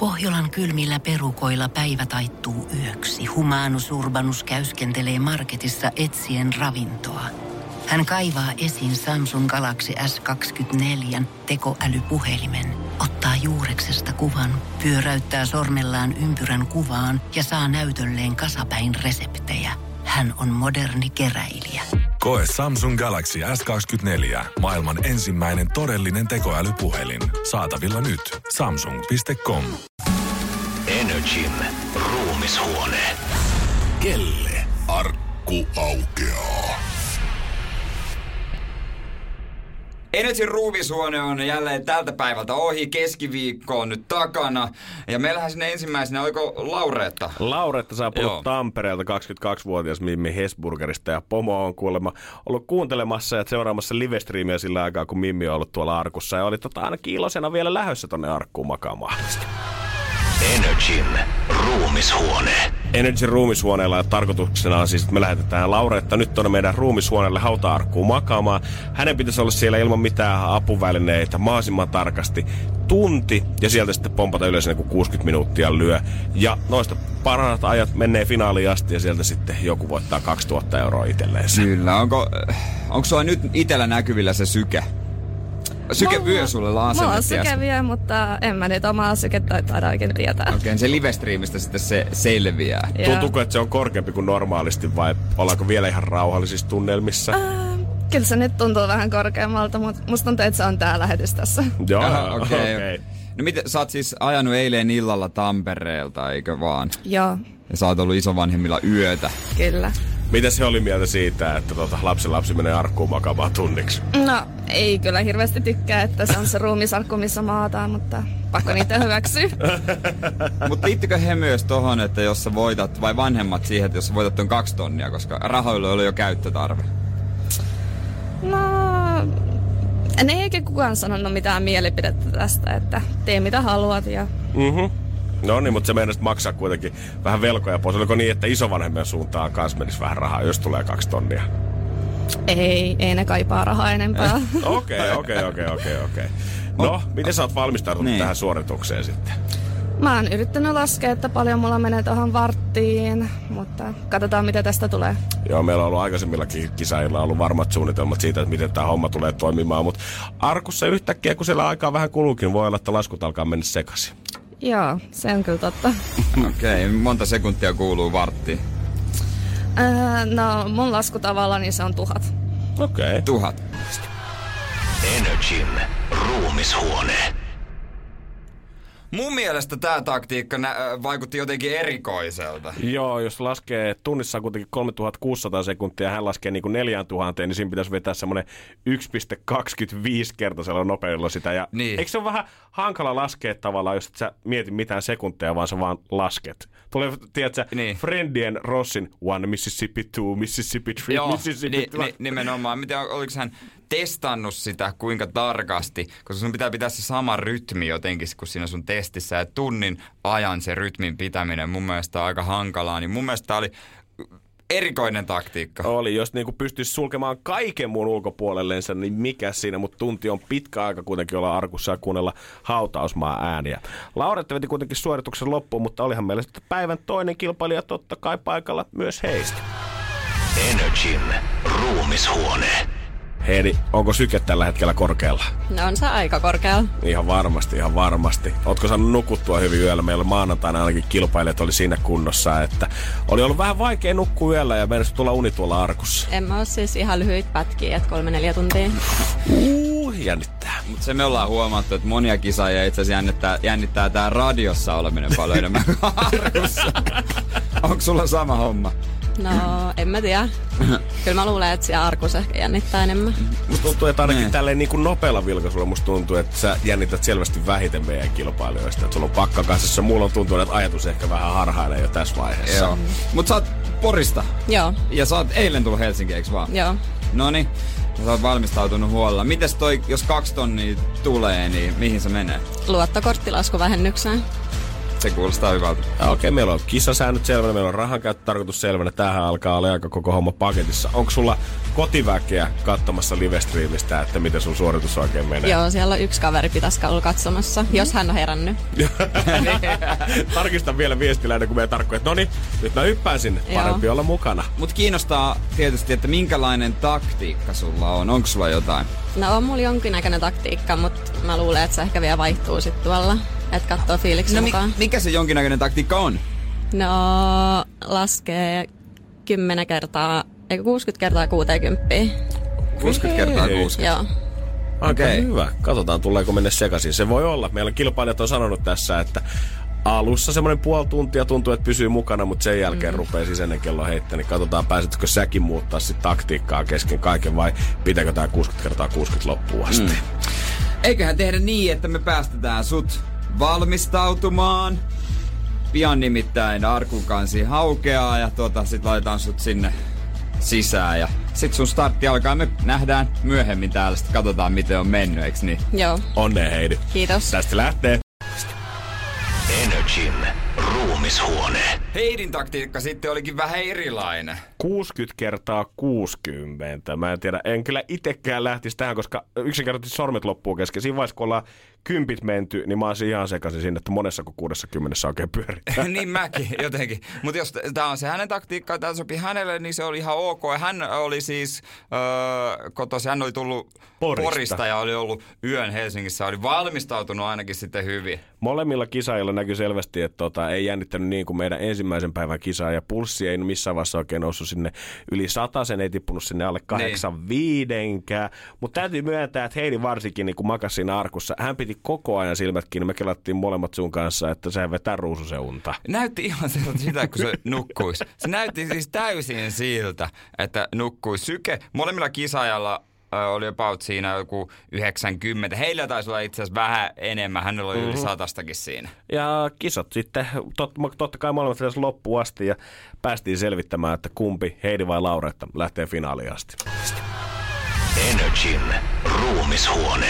Pohjolan kylmillä perukoilla päivä taittuu yöksi. Humanus Urbanus käyskentelee marketissa etsien ravintoa. Hän kaivaa esiin Samsung Galaxy S24 tekoälypuhelimen, ottaa juureksesta kuvan, pyöräyttää sormellaan ympyrän kuvaan ja saa näytölleen kasapäin reseptejä. Hän on moderni keräilijä. Koe Samsung Galaxy S24. Maailman ensimmäinen todellinen tekoälypuhelin. Saatavilla nyt. Samsung.com. Energin ruumishuone. Kelle arkku aukeaa. Energin ruumishuone on jälleen tältä päivältä ohi. Keskiviikko on nyt takana. Ja meillähän sinne ensimmäisenä, oliko Laureetta? Laureetta saapunut Tampereelta, 22-vuotias Mimmi Hesburgerista. Ja pomo on kuulemma ollut kuuntelemassa ja seuraamassa livestriimiä sillä aikaa, kun Mimmi on ollut tuolla arkussa. Ja oli ainakin iloisena vielä lähdössä tonne arkkuun makaamaan. Energin ruumishuone. Energin ruumishuoneella tarkoituksena on siis, että me lähetetään Laureetta nyt tuonne meidän ruumishuoneelle hauta-arkkuun makaamaan. Hänen pitäisi olla siellä ilman mitään apuvälineitä mahdollisimman tarkasti tunti ja sieltä sitten pompata ylös kun 60 minuuttia lyö. Ja noista parhaat ajat menee finaaliin asti ja sieltä sitten joku voittaa 2000 euroa itselleen. Kyllä, onko sulla nyt itsellä näkyvillä se syke? Syke vyö sulle asennettiin. Mulla on syke vyö, mutta en mä nyt omaa sykettä taida oikein tietää. Okei, se livestriimistä sitten se selviää. Tuntuuko, että se on korkeampi kuin normaalisti vai ollaanko vielä ihan rauhallisissa tunnelmissa? Kyllä se nyt tuntuu vähän korkeammalta, mutta musta tuntuu, että se on tää lähetys tässä. Joo, okei. No miten, sä oot siis ajanut eilen illalla Tampereelta, eikö vaan? Joo. Ja sä oot ollut isovanhemmilla yötä. Kyllä. Mitä se oli mieltä siitä, että lapsi menee arkkuun makaamaan tunniksi? No, ei kyllä hirveästi tykkää, että se on se ruumisarkku, missä maataan, mutta pakko niitä hyväksyä. Mutta liittyykö he myös tohon, että jos sä voitat, vai vanhemmat siihen, että jos sä voitat ton 2 tonnia, koska rahoilla oli jo käyttötarve? No, ei oikein kukaan sanonut mitään mielipidettä tästä, että tee mitä haluat ja... No niin, mutta se meidän maksaa kuitenkin vähän velkoja pois. Oliko niin, että isovanhemmien suuntaan kanssa menisi vähän rahaa, jos tulee 2 tonnia? Ei ne kaipaa rahaa enempää. Okei. No, miten sä oot valmistautunut tähän suoritukseen sitten? Mä oon yrittänyt laskea, että paljon mulla menee tuohon varttiin, mutta katsotaan mitä tästä tulee. Joo, meillä on ollut aikaisemmillakin kisailla ollut varmat suunnitelmat siitä, että miten tää homma tulee toimimaan, mutta arkussa yhtäkkiä, kun siellä aikaa vähän kuluukin, voi olla, että laskut alkaa mennä sekaisin. Joo, se on kyllä totta. Okei, monta sekuntia kuuluu varttiin? No, mun laskutavalla niin se on 1000. Okei. 1000. Energin ruumishuone. Mun mielestä tää taktiikka vaikutti jotenkin erikoiselta. Joo, jos laskee tunnissa kuitenkin 3600 sekuntia ja hän laskee niin kuin 4000, niin siinä pitäisi vetää semmoinen 1,25-kertaisella nopeudella sitä. Ja niin. Eikö se ole vähän hankala laskea tavallaan, jos et sä mieti mitään sekunteja, vaan sä vaan lasket? Tulee, tiedätkö, niin. Friendien Rossin 1 Mississippi, 2 Mississippi, 3 Joo, Mississippi. Nimenomaan. Miten, oliko hän testannut sitä kuinka tarkasti, koska sun pitää se sama rytmi jotenkin kuin siinä sun testissä, ja tunnin ajan se rytmin pitäminen mun mielestä on aika hankalaa, niin mun mielestä oli erikoinen taktiikka. Oli, jos niinku pystyisi sulkemaan kaiken muun ulkopuolellensa, niin mikä siinä, mutta tunti on pitkä aika kuitenkin olla arkussa ja kuunnella hautausmaa ääniä. Lauretta veti kuitenkin suorituksen loppuun, mutta olihan meillä sitten päivän toinen kilpailija totta kai paikalla myös heistä. Energin ruumishuone. Heidi, onko syke tällä hetkellä korkealla? No on se aika korkealla. Ihan varmasti. Ootko saanut nukuttua hyvin yöllä? Meillä maanantaina ainakin kilpailijat oli siinä kunnossa, että oli ollut vähän vaikea nukkua yöllä ja meidän tulla uni tuolla arkussa. En mä oo siis ihan lyhyitä pätkiä, että 3-4 tuntia. Jännittää. Mutta se me ollaan huomattu, että monia kisaajia itse asiassa jännittää tää radiossa oleminen paljon enemmän kuin arkussa. Onko sulla sama homma? No, en mä tiedä. Kyllä mä luulen, että siellä arkussa ehkä jännittää enemmän. Musta tuntuu, että ainakin tälleen niin kuin nopealla vilkaisulla musta tuntuu, että sä jännität selvästi vähiten meidän kilpailijoista. Että sulla on pakka kanssa, mulla on tuntunut, että ajatus ehkä vähän harhailee jo tässä vaiheessa. Joo. Mut sä oot Porista. Joo. Ja sä oot eilen tullut Helsinkiin, eiks vaan? Joo. Noniin. Sä oot valmistautunut huolella. Mites toi, jos 2 tonnia tulee, niin mihin se menee? Luottokorttilaskuvähennykseen. Se kuulostaa hyvältä. Okei, meillä on kisasäännöt selvänä, meillä on rahankäyttötarkoitus selvänä. Tämähän alkaa olla aika koko homma paketissa. Onko sulla kotiväkeä katsomassa live-streamistä, että miten sun suoritus oikein menee? Joo, siellä on yksi kaveri pitäisi olla katsomassa, jos hän on herännyt. Tarkistan vielä viestillä ennen kuin meidän tarkkoja, että noniin, nyt mä hyppään sinne. Parempi olla mukana. Mut kiinnostaa tietysti, että minkälainen taktiikka sulla on. Onko sulla jotain? No on mulla jonkinnäköinen taktiikka, mutta mä luulen, että se ehkä vielä vaihtuu sit tuolla. Että katsoo fiiliksen mukaan. Mikä se jonkinnäköinen taktiikka on? No laskee 60 kertaa 60. 60 kertaa 60. Joo. Aika hyvä. Katsotaan, tuleeko mennä sekaisin. Se voi olla. Meillä kilpailijat on sanonut tässä, että alussa semmoinen puoli tuntia tuntuu, että pysyy mukana, mutta sen jälkeen rupeaa siis ennen kello heittää. Niin katsotaan, pääsetkö säkin muuttaa sit taktiikkaa kesken kaiken vai pitääkö tää 60 kertaa 60 loppuun asti. Eiköhän tehdä niin, että me päästetään sut valmistautumaan. Pian nimittäin Arkun kansi haukeaa ja sit laitetaan sut sinne sisään ja sit sun startti alkaa. Me nähdään myöhemmin täällä, sit katsotaan miten on mennyt, eiks niin? Joo. Onnea Heidi. Kiitos. Tästä lähtee. Energin ruumishuone. Heidin taktiikka sitten olikin vähän erilainen. 60 kertaa 60. Mä en tiedä, en kyllä itekään lähtisi tähän, koska yksinkertaisesti sormet loppuu kesken. Siinä vaiheessa, kun ollaan 10 menty, niin mä olisin ihan sekaisin sinne, että monessako 60 oikein pyörittää. Niin mäkin jotenkin. Mutta jos tää on se hänen taktiikka, tää sopii hänelle, niin se oli ihan ok. Hän oli siis, hän oli tullut Porista ja oli ollut yön Helsingissä. Oli valmistautunut ainakin sitten hyvin. Molemmilla kisaajilla näkyy selvästi, että ei jännittänyt niin kuin meidän ensimmäisen päivän kisaa. Ja pulssi ei missään vaiheessa oikein noussut sinne yli 100, sen ei tippunut sinne alle 85. Mutta täytyy myöntää, että Heidi varsinkin niin kun makasi siinä arkussa, hän piti koko ajan silmät kiinni. Me kelattiin molemmat sun kanssa, että sehän vetää ruususen unta. Näytti ihan sitä, kun se nukkuisi. Se näytti siis täysin siltä, että nukkuisi. Syke molemmilla kisaajalla oli about siinä joku 90. Heillä taisi olla itse asiassa vähän enemmän. Hänellä oli yli 100stakin siinä. Ja kisat sitten, totta kai molemmat tässä loppuun asti ja päästiin selvittämään, että kumpi, Heidi vai Lauretta, lähtee finaaliin asti. Energin ruumishuone.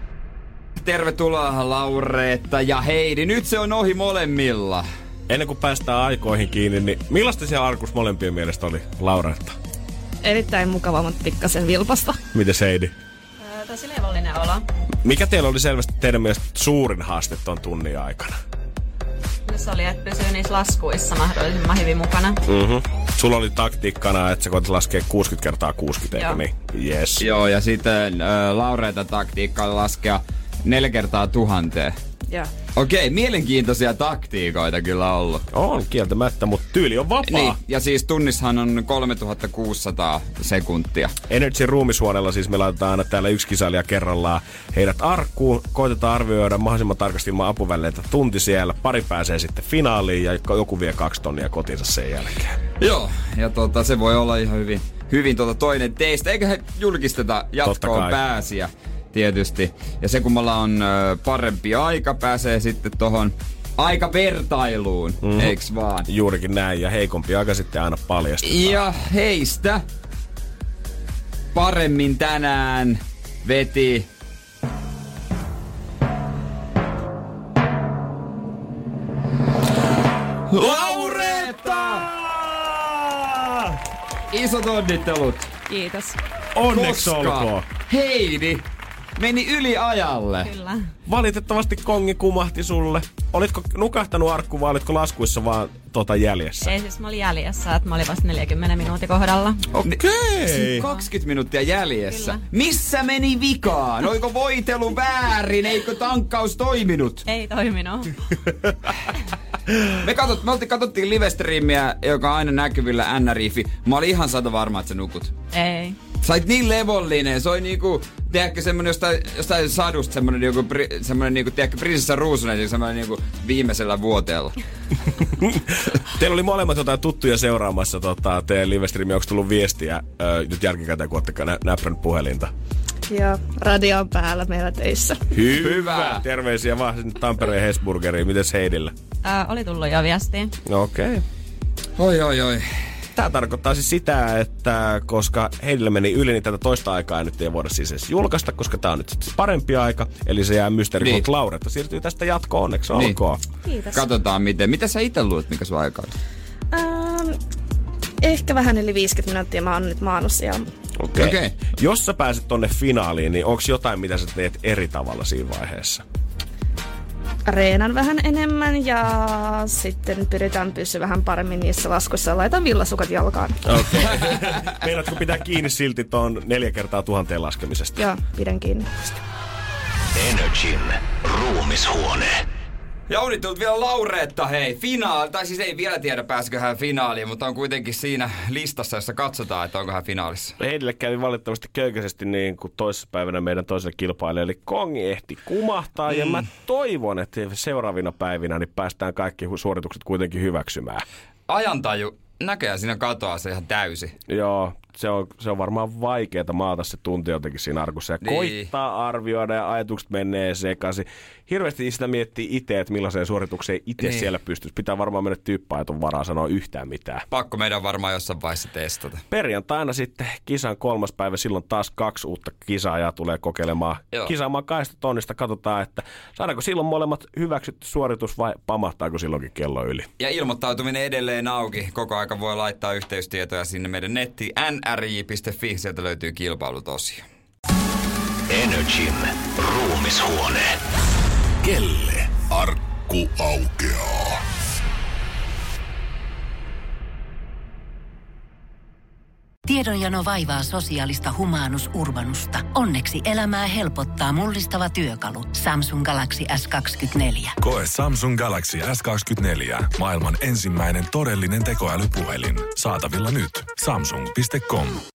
Tervetuloa Laureetta ja Heidi. Nyt se on ohi molemmilla. Ennen kuin päästään aikoihin kiinni, niin millaista siellä arkus molempien mielestä oli, Lauretta? Erittäin mukava, mutta pikkasen vilpasta. Mites Heidi? Tosi levollinen olo. Mikä teillä oli selvästi teidän mielestä suurin haaste ton tunnin aikana? Se oli, että pysyy niissä laskuissa mahdollisimman hyvin mukana. Sulla oli taktiikkana, että sä koetat laskea 60 kertaa 60, eikö niin? Yes. Joo, ja sitten Laureeta taktiikka oli laskea 4 kertaa 1000. Joo. Okei, mielenkiintoisia taktiikoita kyllä ollut. On kieltämättä, mutta tyyli on vapaa. Niin, ja siis tunnissahan on 3600 sekuntia. Energin ruumishuoneella siis me laitetaan aina täällä yksi kisailija kerrallaan heidät arkkuun. Koitetaan arvioida mahdollisimman tarkasti ilman apuvälineitä tunti siellä. Pari pääsee sitten finaaliin ja joku vie 2 tonnia kotinsa sen jälkeen. Joo, ja se voi olla ihan hyvin toinen teistä. Eiköhän julkisteta jatkoon pääsiä. Tietysti. Ja se, kun mulla on parempi aika, pääsee sitten tohon aikavertailuun, eiks vaan? Juurikin näin, ja heikompi aika sitten aina paljastetaan. Ja heistä paremmin tänään veti Lauretta! Isot onnittelut! Kiitos. Onneksi olkoon! Heidi meni yli ajalle. Kyllä. Valitettavasti kongi kumahti sulle. Olitko nukahtanut arkku vai olitko laskuissa vaan jäljessä? Ei, siis mä olin jäljessä, että mä olin vasta 40 minuutin kohdalla. Okei. 20 minuuttia jäljessä. Kyllä. Missä meni vikaan? Oiko voitelu väärin? Eikö tankkaus toiminut? Ei toiminut. Me katsottiin live-streamiä, joka on aina näkyvillä NRIFi. Mä olin ihan varma, että sä nukut. Ei. Sait niin levollinen. Se oli niinku, tiedätkö, semmonen jostain sadusta, semmonen niinku, tiedätkö, prinsessa Ruusunen, semmonen niinku viimeisellä vuoteella. Teillä oli molemmat jotain tuttuja seuraamassa teidän live-streamia. Onko tullut viestiä nyt jälkikäteen, kun olette näppärnyt puhelinta? Joo, radio on päällä meillä töissä. Hyvä. Terveisiä vaan sinne Tampereen Hesburgeriin. Mites Heidillä? Oli tullut jo viestiä. Okei. Oi. Tämä tarkoittaa siis sitä, että koska Heidille meni yli, niin tätä toista aikaa nyt ei voida siis edes julkaista, koska tämä on nyt sitten parempi aika. Eli se jää mysteeri, kun Lauretta siirtyy tästä jatkoon, onneksi olkoon. Kiitos. Katsotaan miten. Mitä sä itse luulet, mikä sun aika on? Ehkä vähän yli 50 minuuttia mä oon nyt maannut siellä. Okei. Jos sä pääset tonne finaaliin, niin onko jotain, mitä sä teet eri tavalla siinä vaiheessa? Reenan vähän enemmän ja sitten pyritään pysyä vähän paremmin niissä laskuissa ja laitan villasukat jalkaan. Okei. Meinaatko pitää kiinni silti ton 4 kertaa 1000 laskemisesta? Joo, pidän kiinni. Energin ruumishuone. Ja onnittelut vielä Laureetta, hei, tai siis ei vielä tiedä pääsikö hän finaaliin, mutta on kuitenkin siinä listassa, jossa katsotaan, että onko hän finaalissa. Heidille kävi valitettavasti köykäisesti niin kuin toissapäivänä meidän toiselle kilpailijalle, eli Kongi ehti kumahtaa, ja mä toivon, että seuraavina päivinä niin päästään kaikki suoritukset kuitenkin hyväksymään. Ajantaju näköjään siinä katoaa se ihan täysin. Joo. Se on varmaan vaikeaa maata se tunti jotenkin siinä arkussa ja koittaa arvioida ja ajatukset menee sekaisin. Hirveästi sitä miettii itse, että millaiseen suoritukseen itse siellä pystyisi. Pitää varmaan mennä tyyppäajatun varaan sanoa yhtään mitään. Pakko meidän varmaan jossain vaiheessa testata. Perjantaina sitten kisan 3. päivä, silloin taas 2 uutta kisaajaa tulee kokeilemaan. Kisaamaan 2 tonnista, katsotaan, että saadaanko silloin molemmat hyväksytty suoritus vai pamahtaako silloinkin kello yli. Ja ilmoittautuminen edelleen auki. Koko aika voi laittaa yhteystietoja sinne meidän nettiin nrj.fi, sieltä löytyy kilpailut osio. Energin ruumishuone. Kelle arkku aukeaa. Tiedonjano vaivaa sosiaalista humanus urbanusta. Onneksi elämää helpottaa mullistava työkalu. Samsung Galaxy S24. Koe Samsung Galaxy S24. Maailman ensimmäinen todellinen tekoälypuhelin. Saatavilla nyt. Samsung.com.